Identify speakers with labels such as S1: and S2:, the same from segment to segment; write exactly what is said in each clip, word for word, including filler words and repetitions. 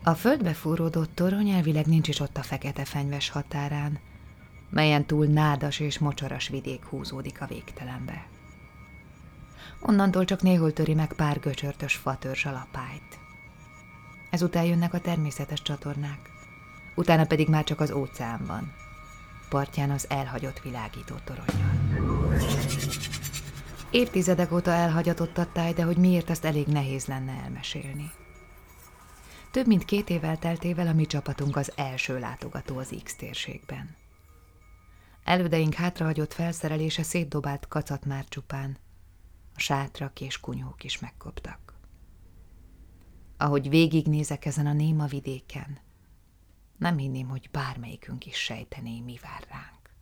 S1: A földbe fúródott torony elvileg nincs is ott a fekete fenyves határán, melyen túl nádas és mocsaras vidék húzódik a végtelenbe. Onnantól csak néhol töri meg pár göcsörtös fatörzs a lapályt. Ezután jönnek a természetes csatornák, utána pedig már csak az óceán van, partján az elhagyott világító toronnyal. Évtizedek óta elhagyatott a táj, de hogy miért, azt elég nehéz lenne elmesélni. Több mint két év elteltével a mi csapatunk az első látogató az X-térségben. Elődeink hátrahagyott felszerelése szétdobált kacat már csupán, a sátrak és kunyhók is megkoptak. Ahogy végignézek ezen a néma vidéken, nem hinném, hogy bármelyikünk is sejtené, mi vár ránk.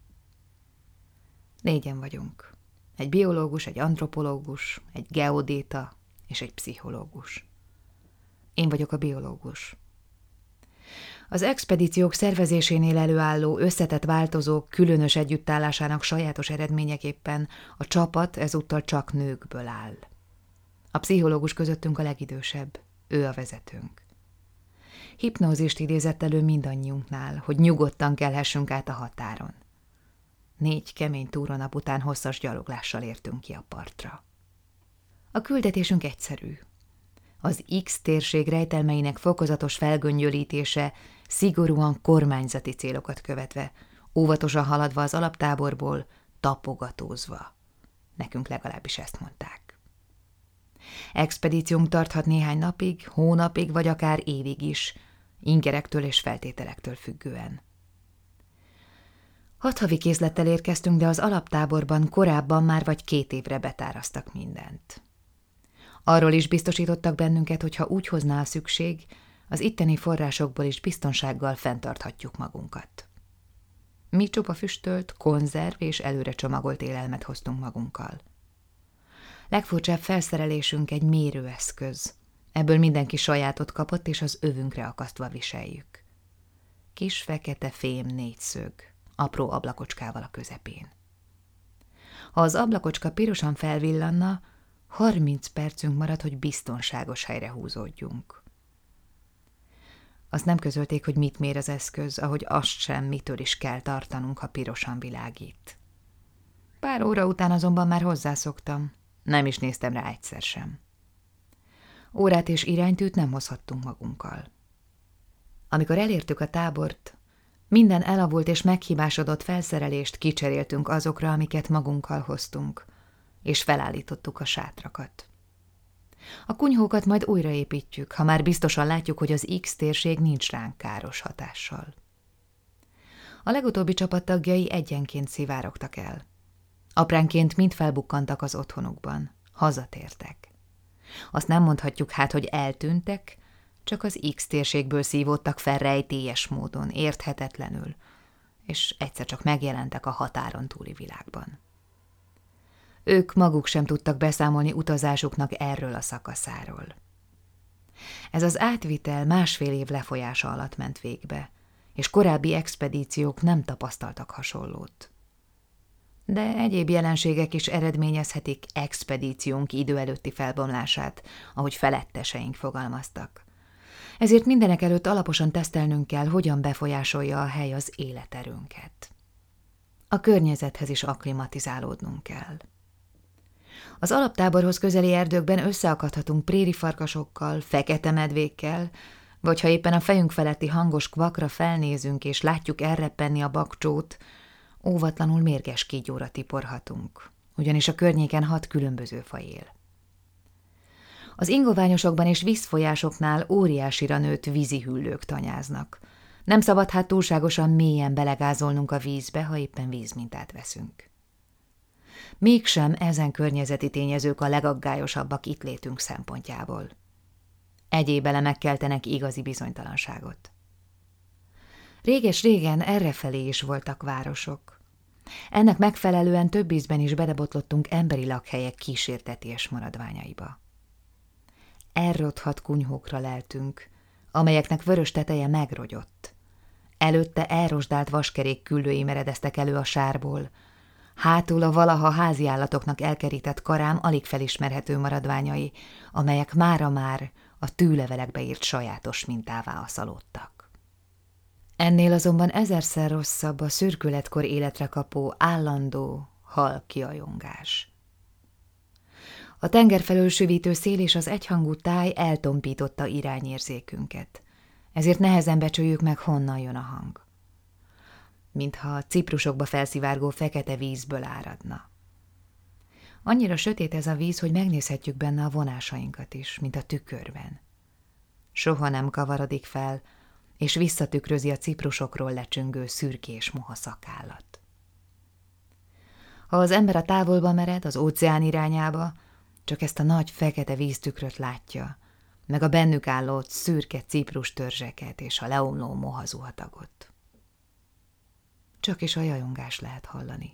S1: Négyen vagyunk. Egy biológus, egy antropológus, egy geodéta és egy pszichológus. Én vagyok a biológus. Az expedíciók szervezésénél előálló összetett változók különös együttállásának sajátos eredményeképpen a csapat ezúttal csak nőkből áll. A pszichológus közöttünk a legidősebb, ő a vezetőnk. Hipnózist idézett elő mindannyiunknál, hogy nyugodtan kelhessünk át a határon. Négy kemény túronap után hosszas gyaloglással értünk ki a partra. A küldetésünk egyszerű. Az X-térség rejtelmeinek fokozatos felgöngyölítése szigorúan kormányzati célokat követve, óvatosan haladva az alaptáborból, tapogatózva. Nekünk legalábbis ezt mondták. Expedíciónk tarthat néhány napig, hónapig vagy akár évig is, ingerektől és feltételektől függően. Hat havi készlettel érkeztünk, de az alaptáborban korábban már vagy két évre betáraztak mindent. Arról is biztosítottak bennünket, hogy ha úgy hozná a szükség, az itteni forrásokból is biztonsággal fenntarthatjuk magunkat. Mi csupa füstölt, konzerv és előre csomagolt élelmet hoztunk magunkkal. Legfurcsább felszerelésünk egy mérőeszköz. Ebből mindenki sajátot kapott, és az övünkre akasztva viseljük. Kis fekete fém négyszög, apró ablakocskával a közepén. Ha az ablakocska pirosan felvillanna, harminc percünk marad, hogy biztonságos helyre húzódjunk. Azt nem közölték, hogy mit mér az eszköz, ahogy azt sem, mitől is kell tartanunk, ha pirosan világít. Pár óra után azonban már hozzászoktam, nem is néztem rá egyszer sem. Órát és iránytűt nem hozhattunk magunkkal. Amikor elértük a tábort, minden elavult és meghibásodott felszerelést kicseréltünk azokra, amiket magunkkal hoztunk, és felállítottuk a sátrakat. A kunyhókat majd újraépítjük, ha már biztosan látjuk, hogy az X-térség nincs ránk káros hatással. A legutóbbi csapattagjai egyenként szivárogtak el. Apránként mind felbukkantak az otthonukban, hazatértek. Azt nem mondhatjuk hát, hogy eltűntek, csak az X-térségből szívódtak fel rejtélyes módon, érthetetlenül, és egyszer csak megjelentek a határon túli világban. Ők maguk sem tudtak beszámolni utazásuknak erről a szakaszáról. Ez az átvitel másfél év lefolyása alatt ment végbe, és korábbi expedíciók nem tapasztaltak hasonlót. De egyéb jelenségek is eredményezhetik expedíciónk idő előtti felbomlását, ahogy feletteseink fogalmaztak. Ezért mindenek előtt alaposan tesztelnünk kell, hogyan befolyásolja a hely az életerőnket. A környezethez is akklimatizálódnunk kell. Az alaptáborhoz közeli erdőkben összeakadhatunk prérifarkasokkal, fekete medvékkel, vagy ha éppen a fejünk feletti hangos kvakra felnézünk és látjuk elreppenni a bakcsót, óvatlanul mérges kígyóra tiporhatunk, ugyanis a környéken hat különböző faj él. Az ingoványosokban és vízfolyásoknál óriásira nőtt vízihüllők tanyáznak. Nem szabad hát túlságosan mélyen belegázolnunk a vízbe, ha éppen vízmintát veszünk. Mégsem ezen környezeti tényezők a legaggályosabbak itt létünk szempontjából. Egyéb elemek keltenek igazi bizonytalanságot. Réges-régen errefelé is voltak városok. Ennek megfelelően több ízben is belebotlottunk emberi lakhelyek kísérteties maradványaiba. Elrothadt kunyhókra leltünk, amelyeknek vörös teteje megrogyott. Előtte elrosdált vaskerék küllői meredeztek elő a sárból, hátul a valaha háziállatoknak elkerített karám alig felismerhető maradványai, amelyek mára már a tűlevelekbe írt sajátos mintává aszalódtak. Ennél azonban ezerszer rosszabb a szürkületkor életre kapó, állandó, halk kiajongás. A tenger felől süvítő szél és az egyhangú táj eltompította irányérzékünket, ezért nehezen becsüljük meg, honnan jön a hang. Mintha a ciprusokba felszivárgó fekete vízből áradna. Annyira sötét ez a víz, hogy megnézhetjük benne a vonásainkat is, mint a tükörben. Soha nem kavarodik fel, és visszatükrözi a ciprusokról lecsüngő szürkés moha szakállat. Ha az ember a távolba mered, az óceán irányába, csak ezt a nagy fekete víztükröt látja, meg a bennük álló szürke ciprus törzseket és a leomló moha zuhatagot. Csak is a jajongás lehet hallani.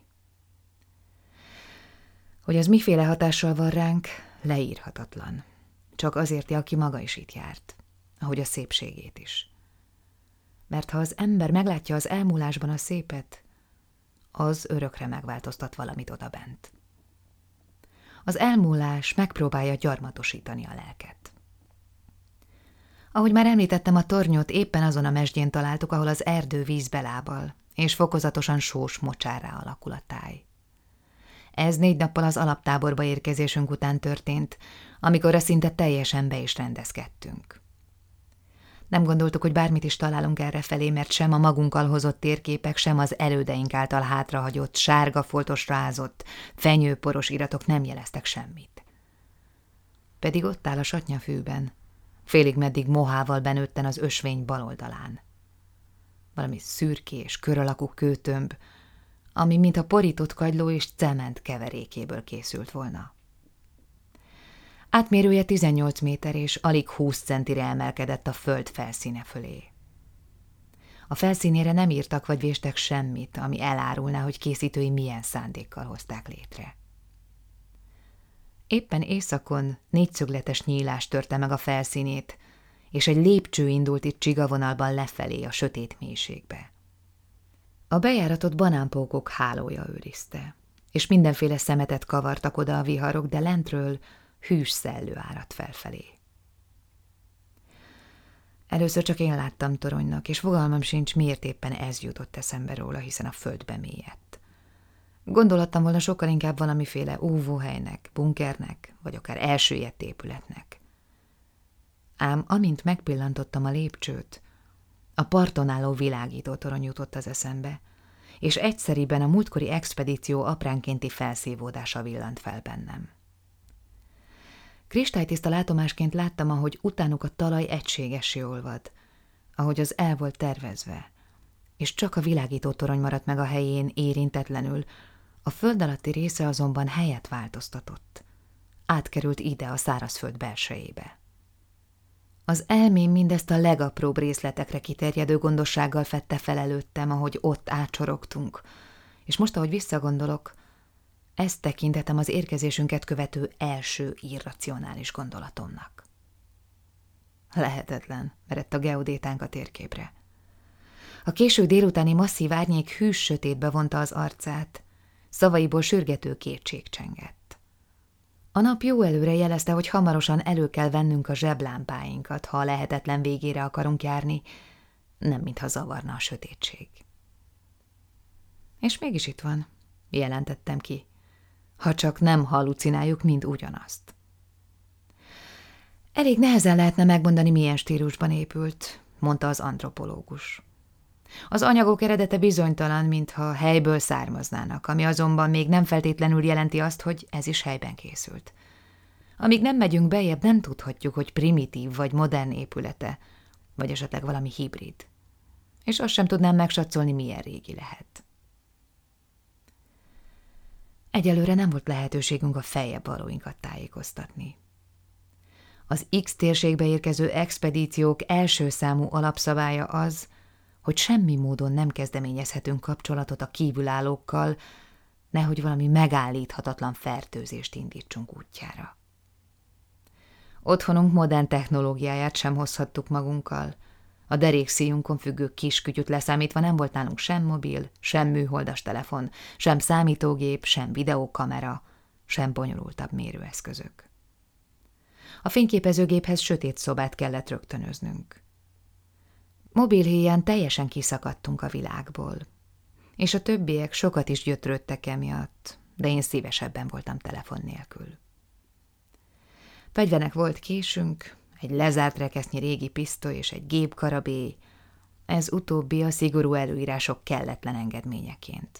S1: Hogy az miféle hatással van ránk, leírhatatlan. Csak azért, aki maga is itt járt, ahogy a szépségét is. Mert ha az ember meglátja az elmúlásban a szépet, az örökre megváltoztat valamit odabent. Az elmúlás megpróbálja gyarmatosítani a lelket. Ahogy már említettem, a tornyot éppen azon a mesdjén találtuk, ahol az erdő víz belábal, és fokozatosan sós mocsárrá alakul a táj. Ez négy nappal az alaptáborba érkezésünk után történt, amikorra szinte teljesen be is rendezkedtünk. Nem gondoltuk, hogy bármit is találunk errefelé, mert sem a magunkkal hozott térképek, sem az elődeink által hátrahagyott, sárga foltosra ázott, fenyőporos iratok nem jeleztek semmit. Pedig ott áll a satnyafűben, félig meddig mohával benőtten az ösvény bal oldalán. Valami szürkés, kör alakú kőtömb, ami mint a porított kagyló és cement keverékéből készült volna. Átmérője tizennyolc méter és alig húsz centire emelkedett a föld felszíne fölé. A felszínére nem írtak vagy véstek semmit, ami elárulná, hogy készítői milyen szándékkal hozták létre. Éppen északon négyszögletes nyílás törte meg a felszínét, és egy lépcső indult itt csigavonalban lefelé a sötét mélységbe. A bejáratot banánpókok hálója őrizte, és mindenféle szemetet kavartak oda a viharok, de lentről hűs szellő áradt felfelé. Először csak én láttam toronynak, és fogalmam sincs, miért éppen ez jutott eszembe róla, hiszen a földbe mélyedt. Gondolhattam volna sokkal inkább valamiféle óvóhelynek, bunkernek, vagy akár elsüllyedt épületnek. Ám amint megpillantottam a lépcsőt, a parton álló világító torony jutott az eszembe, és egyszeriben a múltkori expedíció apránkénti felszívódása villant fel bennem. Kristálytiszta látomásként láttam, ahogy utánuk a talaj egységessé olvad, ahogy az el volt tervezve, és csak a világító torony maradt meg a helyén érintetlenül, a föld alatti része azonban helyet változtatott. Átkerült ide a szárazföld belsejébe. Az elmém mindezt a legapróbb részletekre kiterjedő gondossággal fedte fel előttem, ahogy ott átsorogtunk, és most, ahogy visszagondolok, ezt tekintetem az érkezésünket követő első irracionális gondolatomnak. Lehetetlen, merett a geodétánk a térképre. A késő délutáni masszív árnyék hűs sötétbe vonta az arcát, szavaiból sürgető kétség csengett. A nap jó előre jelezte, hogy hamarosan elő kell vennünk a zseblámpáinkat, ha a lehetetlen végére akarunk járni, nem mintha zavarna a sötétség. És mégis itt van, jelentettem ki, ha csak nem hallucináljuk mind ugyanazt. Elég nehezen lehetne megmondani, milyen stílusban épült, mondta az antropológus. Az anyagok eredete bizonytalan, mintha helyből származnának, ami azonban még nem feltétlenül jelenti azt, hogy ez is helyben készült. Amíg nem megyünk bejebb, nem tudhatjuk, hogy primitív vagy modern épülete, vagy esetleg valami hibrid. És azt sem tudnám megsatszolni, milyen régi lehet. Egyelőre nem volt lehetőségünk a feljebb valóinkat tájékoztatni. Az X térségbe érkező expedíciók első számú alapszabálya az, hogy semmi módon nem kezdeményezhetünk kapcsolatot a kívülállókkal, nehogy valami megállíthatatlan fertőzést indítsunk útjára. Otthonunk modern technológiáját sem hozhattuk magunkkal. A derékszíjunkon függő kiskütyüt leszámítva nem volt nálunk sem mobil, sem műholdas telefon, sem számítógép, sem videókamera, sem bonyolultabb mérőeszközök. A fényképezőgéphez sötét szobát kellett rögtönöznünk. Mobilhéján teljesen kiszakadtunk a világból, és a többiek sokat is gyötrődtek emiatt, de én szívesebben voltam telefon nélkül. Fegyvernek volt késünk, egy lezárt rekesznyi régi pisztoly és egy gépkarabély, ez utóbbi a szigorú előírások kelletlen engedményeként.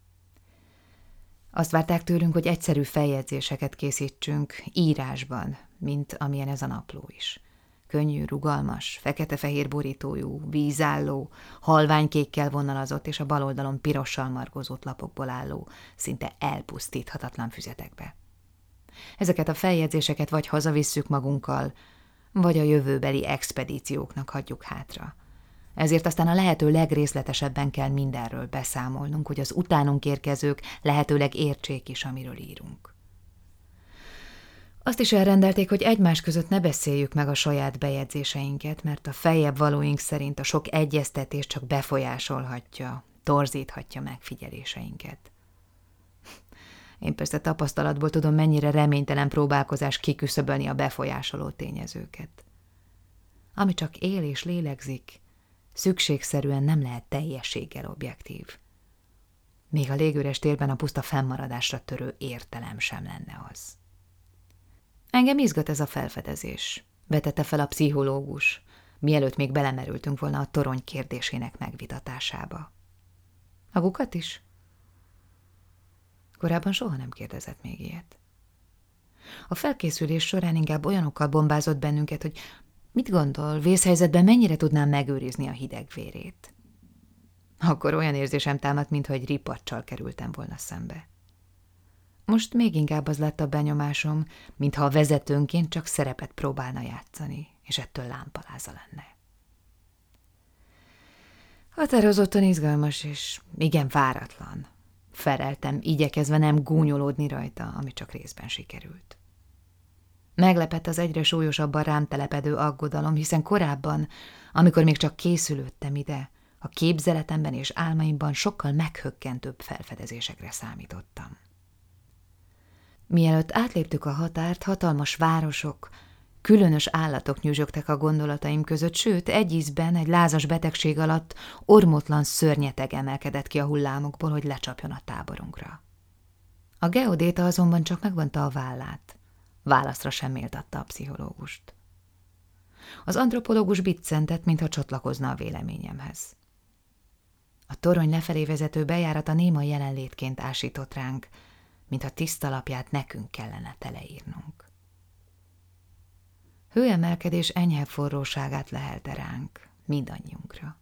S1: Azt várták tőlünk, hogy egyszerű feljegyzéseket készítsünk írásban, mint amilyen ez a napló is. Könnyű, rugalmas, fekete-fehér borítójú, vízálló, halványkékkel vonalazott és a bal oldalon pirossal margózott lapokból álló, szinte elpusztíthatatlan füzetekbe. Ezeket a feljegyzéseket vagy hazavisszük magunkkal, vagy a jövőbeli expedícióknak hagyjuk hátra. Ezért aztán a lehető legrészletesebben kell mindenről beszámolnunk, hogy az utánunk érkezők lehetőleg értsék is, amiről írunk. Azt is elrendelték, hogy egymás között ne beszéljük meg a saját bejegyzéseinket, mert a feljebb valóink szerint a sok egyeztetés csak befolyásolhatja, torzíthatja megfigyeléseinket. Én persze tapasztalatból tudom, mennyire reménytelen próbálkozás kiküszöbölni a befolyásoló tényezőket. Ami csak él és lélegzik, szükségszerűen nem lehet teljességgel objektív. Még a légüres térben a puszta fennmaradásra törő értelem sem lenne az. Engem izgat ez a felfedezés, vetette fel a pszichológus, mielőtt még belemerültünk volna a torony kérdésének megvitatásába. Magukat is? Korábban soha nem kérdezett még ilyet. A felkészülés során inkább olyanokkal bombázott bennünket, hogy mit gondol, vészhelyzetben mennyire tudnám megőrizni a hideg vérét? Akkor olyan érzésem támadt, mintha egy ripacsal kerültem volna szembe. Most még inkább az lett a benyomásom, mintha a vezetőnként csak szerepet próbálna játszani, és ettől lámpaláza lenne. Határozottan izgalmas és igen váratlan. Feleltem, igyekezve nem gúnyolódni rajta, ami csak részben sikerült. Meglepett az egyre súlyosabban rám telepedő aggodalom, hiszen korábban, amikor még csak készülődtem ide, a képzeletemben és álmaimban sokkal meghökkentőbb felfedezésekre számítottam. Mielőtt átléptük a határt, hatalmas városok, különös állatok nyüzsögtek a gondolataim között, sőt, egy ízben, egy lázas betegség alatt ormotlan szörnyeteg emelkedett ki a hullámokból, hogy lecsapjon a táborunkra. A geodéta azonban csak megvonta a vállát. Válaszra sem méltatta a pszichológust. Az antropológus biccentett, mintha csatlakozna a véleményemhez. A torony lefelé vezető bejárata néma jelenlétként ásított ránk, mintha tiszta lapját nekünk kellene teleírnunk. Hőemelkedés enyhe forróságát lehelte ránk, mindannyiunkra.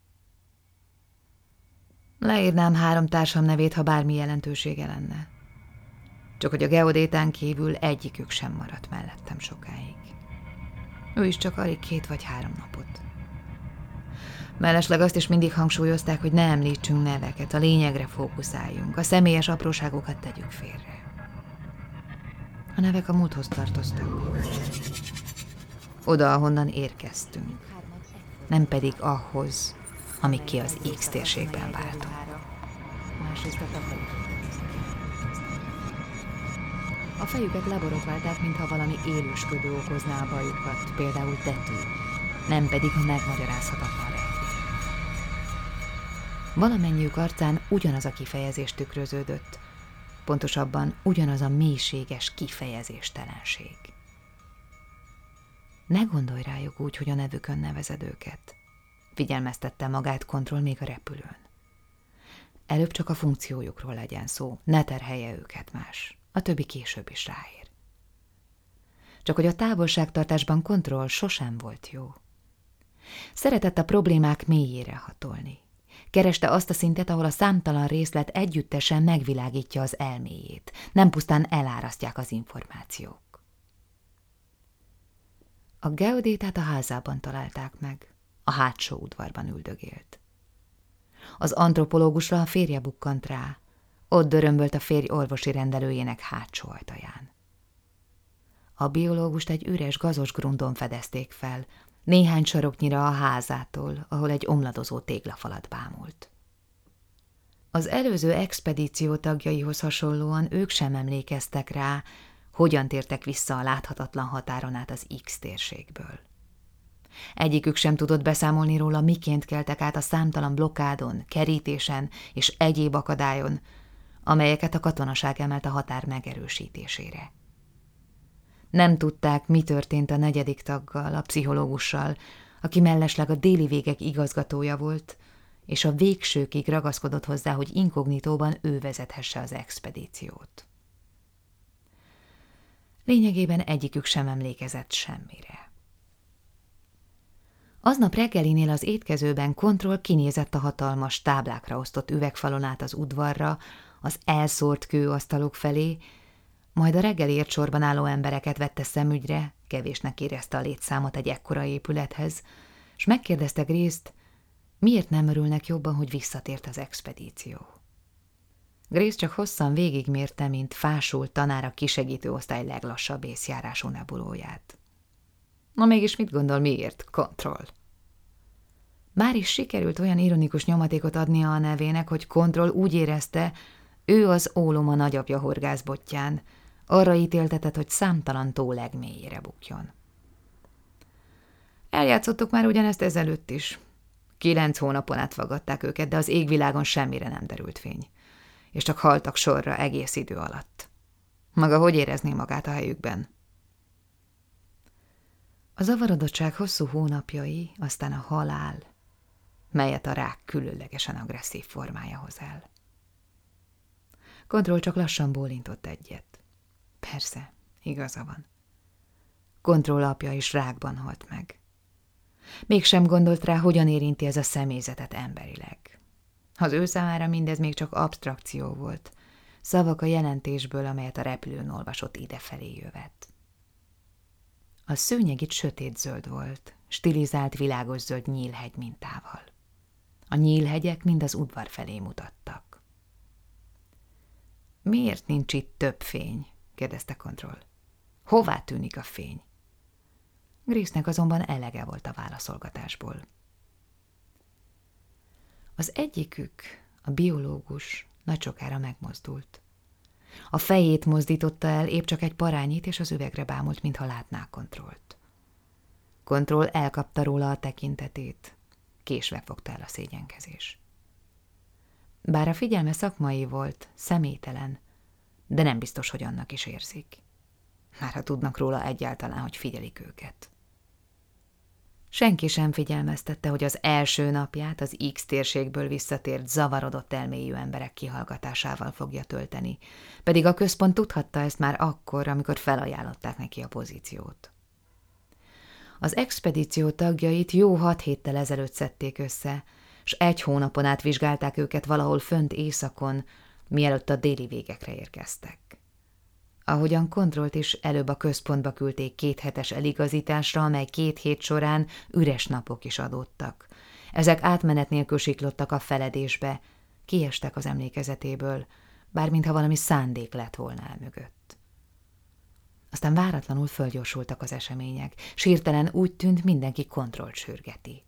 S1: Leírnám három társam nevét, ha bármi jelentősége lenne. Csak hogy a geodétán kívül egyikük sem maradt mellettem sokáig. Ő is csak alig két vagy három napot. Mellesleg azt is mindig hangsúlyozták, hogy ne említsünk neveket, a lényegre fókuszáljunk, a személyes apróságokat tegyük félre. A nevek a múlthoz tartoztak. Oda, ahonnan érkeztünk, nem pedig ahhoz, ami ki az X térségben váltunk. A fejüket leborotválták, mintha valami élősködő okozná a bajukat, például tetű, nem pedig a megmagyarázhatatlan rejtély. Valamennyiük arcán ugyanaz a kifejezés tükröződött, pontosabban ugyanaz a mélységes kifejezéstelenség. Ne gondolj rájuk úgy, hogy a nevükön nevezed őket, figyelmeztette magát Kontroll még a repülőn. Előbb csak a funkciójukról legyen szó, ne terhelje őket más, a többi később is ráér. Csak hogy a távolságtartásban Kontroll sosem volt jó. Szeretett a problémák mélyére hatolni. Kereste azt a szintet, ahol a számtalan részlet együttesen megvilágítja az elméjét, nem pusztán elárasztják az információk. A geodétát a házában találták meg, a hátsó udvarban üldögélt. Az antropológusra a férje bukkant rá, ott dörömbölt a férj orvosi rendelőjének hátsó ajtaján. A biológust egy üres gazos grundon fedezték fel, néhány saroknyira a házától, ahol egy omladozó téglafalat bámult. Az előző expedíció tagjaihoz hasonlóan ők sem emlékeztek rá, hogyan tértek vissza a láthatatlan határon át az X térségből. Egyikük sem tudott beszámolni róla, miként keltek át a számtalan blokkádon, kerítésen és egyéb akadályon, amelyeket a katonaság emelt a határ megerősítésére. Nem tudták, mi történt a negyedik taggal, a pszichológussal, aki mellesleg a déli végek igazgatója volt, és a végsőkig ragaszkodott hozzá, hogy inkognitóban ő vezethesse az expedíciót. Lényegében egyikük sem emlékezett semmire. Aznap reggelinél az étkezőben Kontroll kinézett a hatalmas táblákra osztott üvegfalon át az udvarra, az elszórt kőasztalok felé, majd a reggeliért sorban álló embereket vette szemügyre, kevésnek érezte a létszámot egy ekkora épülethez, s megkérdezte Grace-t, miért nem örülnek jobban, hogy visszatért az expedíció. Grace csak hosszan végigmérte, mint fásult tanár a kisegítő osztály leglassabb észjárású nebulóját. Na mégis mit gondol, miért, Kontroll? Bár is sikerült olyan ironikus nyomatékot adnia a nevének, hogy Kontroll úgy érezte, ő az ólom a nagyapja horgászbottyán, arra ítéltetett, hogy számtalan tó legmélyére bukjon. Eljátszottuk már ugyanezt ezelőtt is. Kilenc hónapon át faggatták őket, de az égvilágon semmire nem derült fény, és csak haltak sorra egész idő alatt. Maga hogy érezné magát a helyükben? A zavarodottság hosszú hónapjai, aztán a halál, melyet a rák különlegesen agresszív formája hoz el. Kontroll csak lassan bólintott egyet. Persze, igaza van. Kontroll apja is rákban halt meg. Mégsem gondolt rá, hogyan érinti ez a személyzetet emberileg. Az ő számára mindez még csak abstrakció volt, szavak a jelentésből, amelyet a repülőn olvasott idefelé jövet. A szőnyeg itt sötétzöld volt, stilizált világoszöld nyílhegy mintával. A nyílhegyek mind az udvar felé mutattak. Miért nincs itt több fény? Kérdezte Kontroll. Hová tűnik a fény? Grace-nek azonban elege volt a válaszolgatásból. Az egyikük, a biológus, nagy sokára megmozdult. A fejét mozdította el, épp csak egy parányit, és az üvegre bámult, mintha látná Kontrollt. Kontroll elkapta róla a tekintetét, késve fogta el a szégyenkezés. Bár a figyelme szakmai volt, személytelen, de nem biztos, hogy annak is érzik. Már ha tudnak róla egyáltalán, hogy figyelik őket. Senki sem figyelmeztette, hogy az első napját az X térségből visszatért, zavarodott elmélyű emberek kihallgatásával fogja tölteni, pedig a központ tudhatta ezt már akkor, amikor felajánlották neki a pozíciót. Az expedíció tagjait jó hat héttel ezelőtt szedték össze, s egy hónapon át vizsgálták őket valahol fönt északon, mielőtt a déli végekre érkeztek. Ahogyan Kontrollt is előbb a központba küldték két hetes eligazításra, amely két hét során üres napok is adódtak. Ezek átmenet nélkül siklottak a feledésbe, kiestek az emlékezetéből, bár mintha valami szándék lett volna el mögött. Aztán váratlanul fölgyorsultak az események, s hirtelen úgy tűnt, mindenki Kontrollt sürgeti.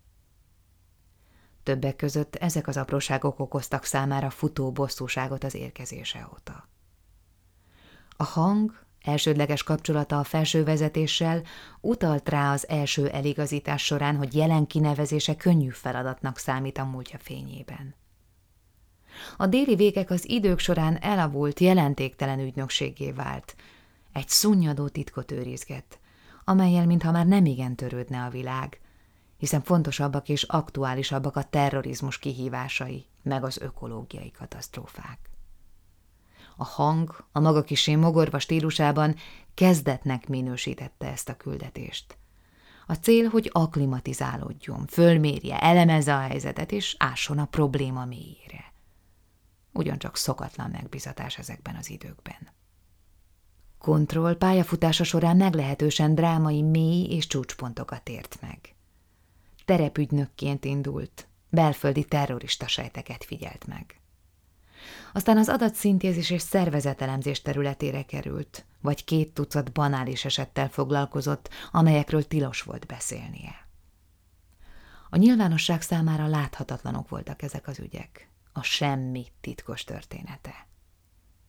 S1: Többek között ezek az apróságok okoztak számára futó bosszúságot az érkezése óta. A hang, elsődleges kapcsolata a felső vezetéssel utalt rá az első eligazítás során, hogy jelen kinevezése könnyű feladatnak számít a múltja fényében. A déli végek az idők során elavult, jelentéktelen ügynökséggé vált. Egy szunnyadó titkot őrizget, amellyel mintha már nemigen törődne a világ, hiszen fontosabbak és aktuálisabbak a terrorizmus kihívásai, meg az ökológiai katasztrófák. A hang a maga kissé mogorva stílusában kezdetnek minősítette ezt a küldetést. A cél, hogy akklimatizálódjon, fölmérje, elemezze a helyzetet, és ásson a probléma mélyére. Ugyancsak szokatlan megbízatás ezekben az időkben. Kontroll pályafutása során meglehetősen drámai mély és csúcspontokat ért meg. Terepügynökként indult, belföldi terrorista sejteket figyelt meg. Aztán az adatszintézis és szervezetelemzés területére került, vagy két tucat banális esettel foglalkozott, amelyekről tilos volt beszélnie. A nyilvánosság számára láthatatlanok voltak ezek az ügyek, a semmi titkos története.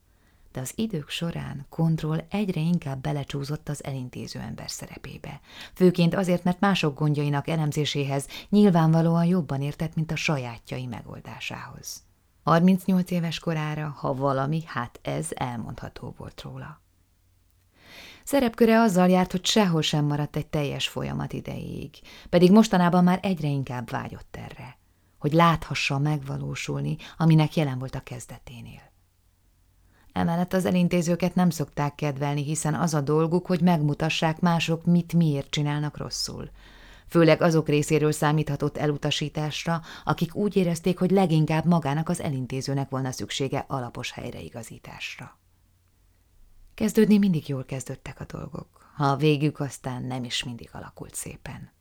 S1: de az idők során Kontroll egyre inkább belecsúszott az elintéző ember szerepébe. Főként azért, mert mások gondjainak elemzéséhez nyilvánvalóan jobban értett, mint a sajátjai megoldásához. harmincnyolc éves korára, ha valami, hát ez elmondható volt róla. Szerepköre azzal járt, hogy sehol sem maradt egy teljes folyamat idejéig, pedig mostanában már egyre inkább vágyott erre, hogy láthassa megvalósulni, aminek jelen volt a kezdeténél. Emellett az elintézőket nem szokták kedvelni, hiszen az a dolguk, hogy megmutassák mások, mit miért csinálnak rosszul. Főleg azok részéről számíthatott elutasításra, akik úgy érezték, hogy leginkább magának az elintézőnek volna szüksége alapos helyreigazításra. Kezdődni mindig jól kezdődtek a dolgok, ha a végük aztán nem is mindig alakult szépen.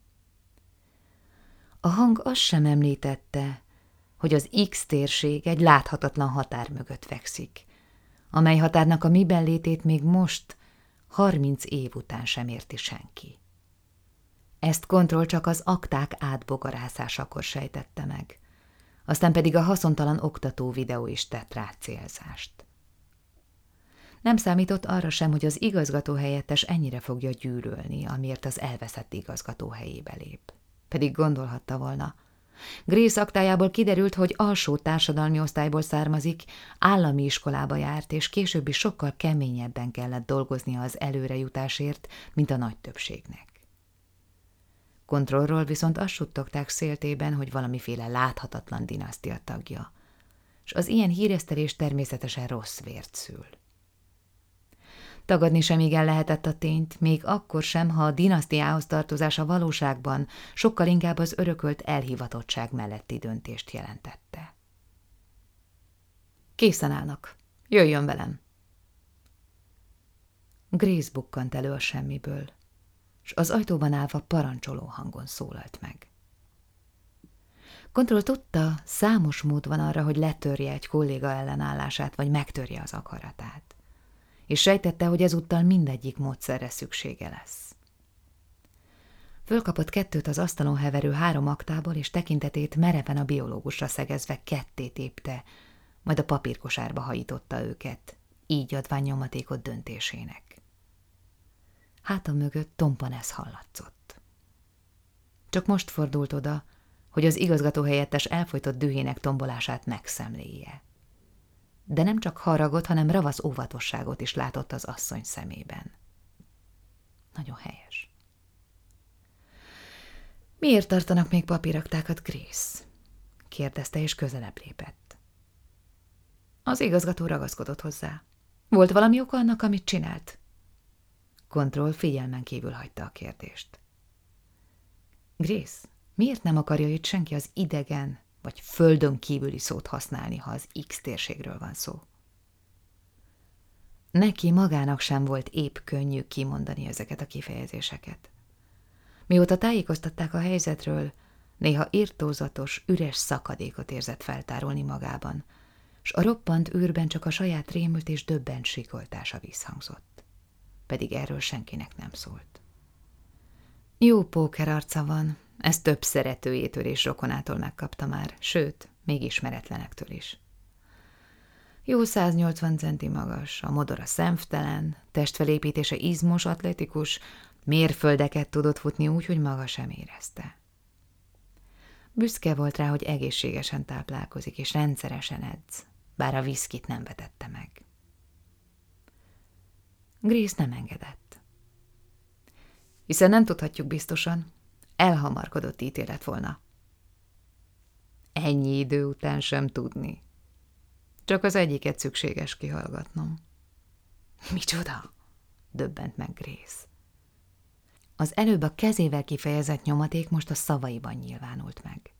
S1: A hang azt sem említette, hogy az X-térség egy láthatatlan határ mögött fekszik, amely határnak a miben létét még most, harminc év után sem érti senki. Ezt Kontroll csak az akták átbogarászásakor sejtette meg, aztán pedig a haszontalan oktató videó is tett rá célzást. Nem számított arra sem, hogy az igazgatóhelyettes ennyire fogja gyűlölni, amiért az elveszett igazgató helyébe lép. Pedig gondolhatta volna. Grace aktájából kiderült, hogy alsó társadalmi osztályból származik, állami iskolába járt, és később is sokkal keményebben kellett dolgoznia az előrejutásért, mint a nagy többségnek. Kontrollról viszont azt suttogták széltében, hogy valamiféle láthatatlan dinasztia tagja, és az ilyen híresztelés természetesen rossz vért szül. Tagadni sem igen lehetett a tényt, még akkor sem, ha a dinasztiához tartozása valóságban sokkal inkább az örökölt elhivatottság melletti döntést jelentette. Készen állnak. Jöjjön velem! Grace bukkant elő a semmiből, s az ajtóban állva parancsoló hangon szólalt meg. Kontroll tudta, számos mód van arra, hogy letörje egy kolléga ellenállását, vagy megtörje az akaratát, és sejtette, hogy ezúttal mindegyik módszerre szüksége lesz. Fölkapott kettőt az asztalon heverő három aktából, és tekintetét mereven a biológusra szegezve ketté tépte, majd a papírkosárba hajította őket, így adván nyomatékot döntésének. Háta mögött tompan ez hallatszott. Csak most fordult oda, hogy az igazgatóhelyettes elfojtott dühének tombolását megszemléje. De nem csak haragot, hanem ravasz óvatosságot is látott az asszony szemében. Nagyon helyes. Miért tartanak még papíraktákat, Grace? Kérdezte, és közelebb lépett. Az igazgató ragaszkodott hozzá. Volt valami oka annak, amit csinált? Kontroll figyelmen kívül hagyta a kérdést. Grace, miért nem akarja itt senki az idegen vagy földön kívüli szót használni, ha az X-térségről van szó? Neki magának sem volt épp könnyű kimondani ezeket a kifejezéseket. Mióta tájékoztatták a helyzetről, néha irtózatos, üres szakadékot érzett feltárolni magában, s a roppant űrben csak a saját rémült és döbbent sikoltása visszhangzott. Pedig erről senkinek nem szólt. Jó póker arca van, ezt több szeretőjétől és rokonától megkapta már, sőt, még ismeretlenektől is. Jó száznyolcvan centi magas, a modora szemtelen, testfelépítése izmos, atletikus, mérföldeket tudott futni úgy, hogy maga sem érezte. Büszke volt rá, hogy egészségesen táplálkozik és rendszeresen edz, bár a viszkit nem vetette meg. Grace nem engedett. Hiszen nem tudhatjuk biztosan, elhamarkodott ítélet volna. Ennyi idő után sem tudni. Csak az egyiket szükséges kihallgatnom. Micsoda? Döbbent meg Grace. Az előbb a kezével kifejezett nyomaték most a szavaiban nyilvánult meg.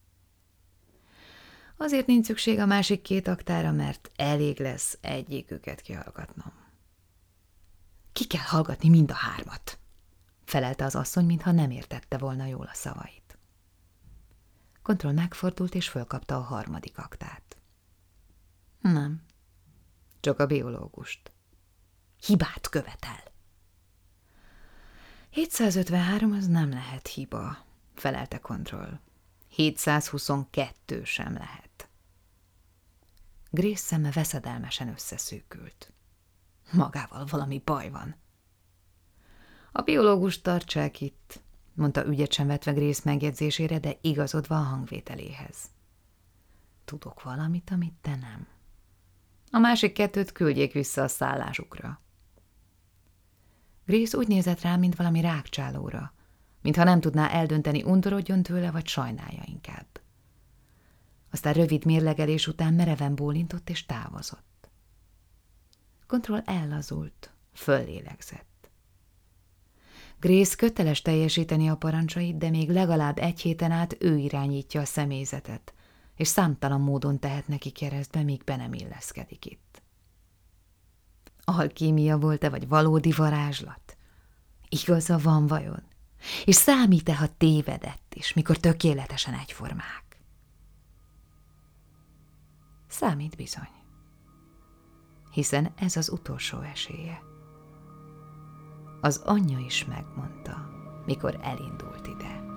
S1: Azért nincs szükség a másik két aktára, mert elég lesz egyiküket kihallgatnom. Ki kell hallgatni mind a hármat, felelte az asszony, mintha nem értette volna jól a szavait. Kontroll megfordult és fölkapta a harmadik aktát. Nem, csak a biológust. Hibát követel. hétszázötvenhárom az nem lehet hiba, felelte Kontroll. hétszázhuszonkettő sem lehet. Grace szeme veszedelmesen összeszűkült. Magával valami baj van. A biológus tartsák itt, mondta ügyet sem vetve Grace megjegyzésére, de igazodva a hangvételéhez. Tudok valamit, amit te nem. A másik kettőt küldjék vissza a szállásukra. Grace úgy nézett rá, mint valami rágcsálóra, mintha nem tudná eldönteni, undorodjon tőle, vagy sajnálja inkább. Aztán rövid mérlegelés után mereven bólintott és távozott. Kontroll ellazult, föllélegzett. Grace köteles teljesíteni a parancsait, de még legalább egy héten át ő irányítja a személyzetet, és számtalan módon tehet neki keresztbe, míg be nem illeszkedik itt. Alkímia volt-e, vagy valódi varázslat? Igaza van vajon? És számít-e, ha tévedett is, mikor tökéletesen egyformák? Számít bizony, hiszen ez az utolsó esélye. Az anyja is megmondta, mikor elindult ide.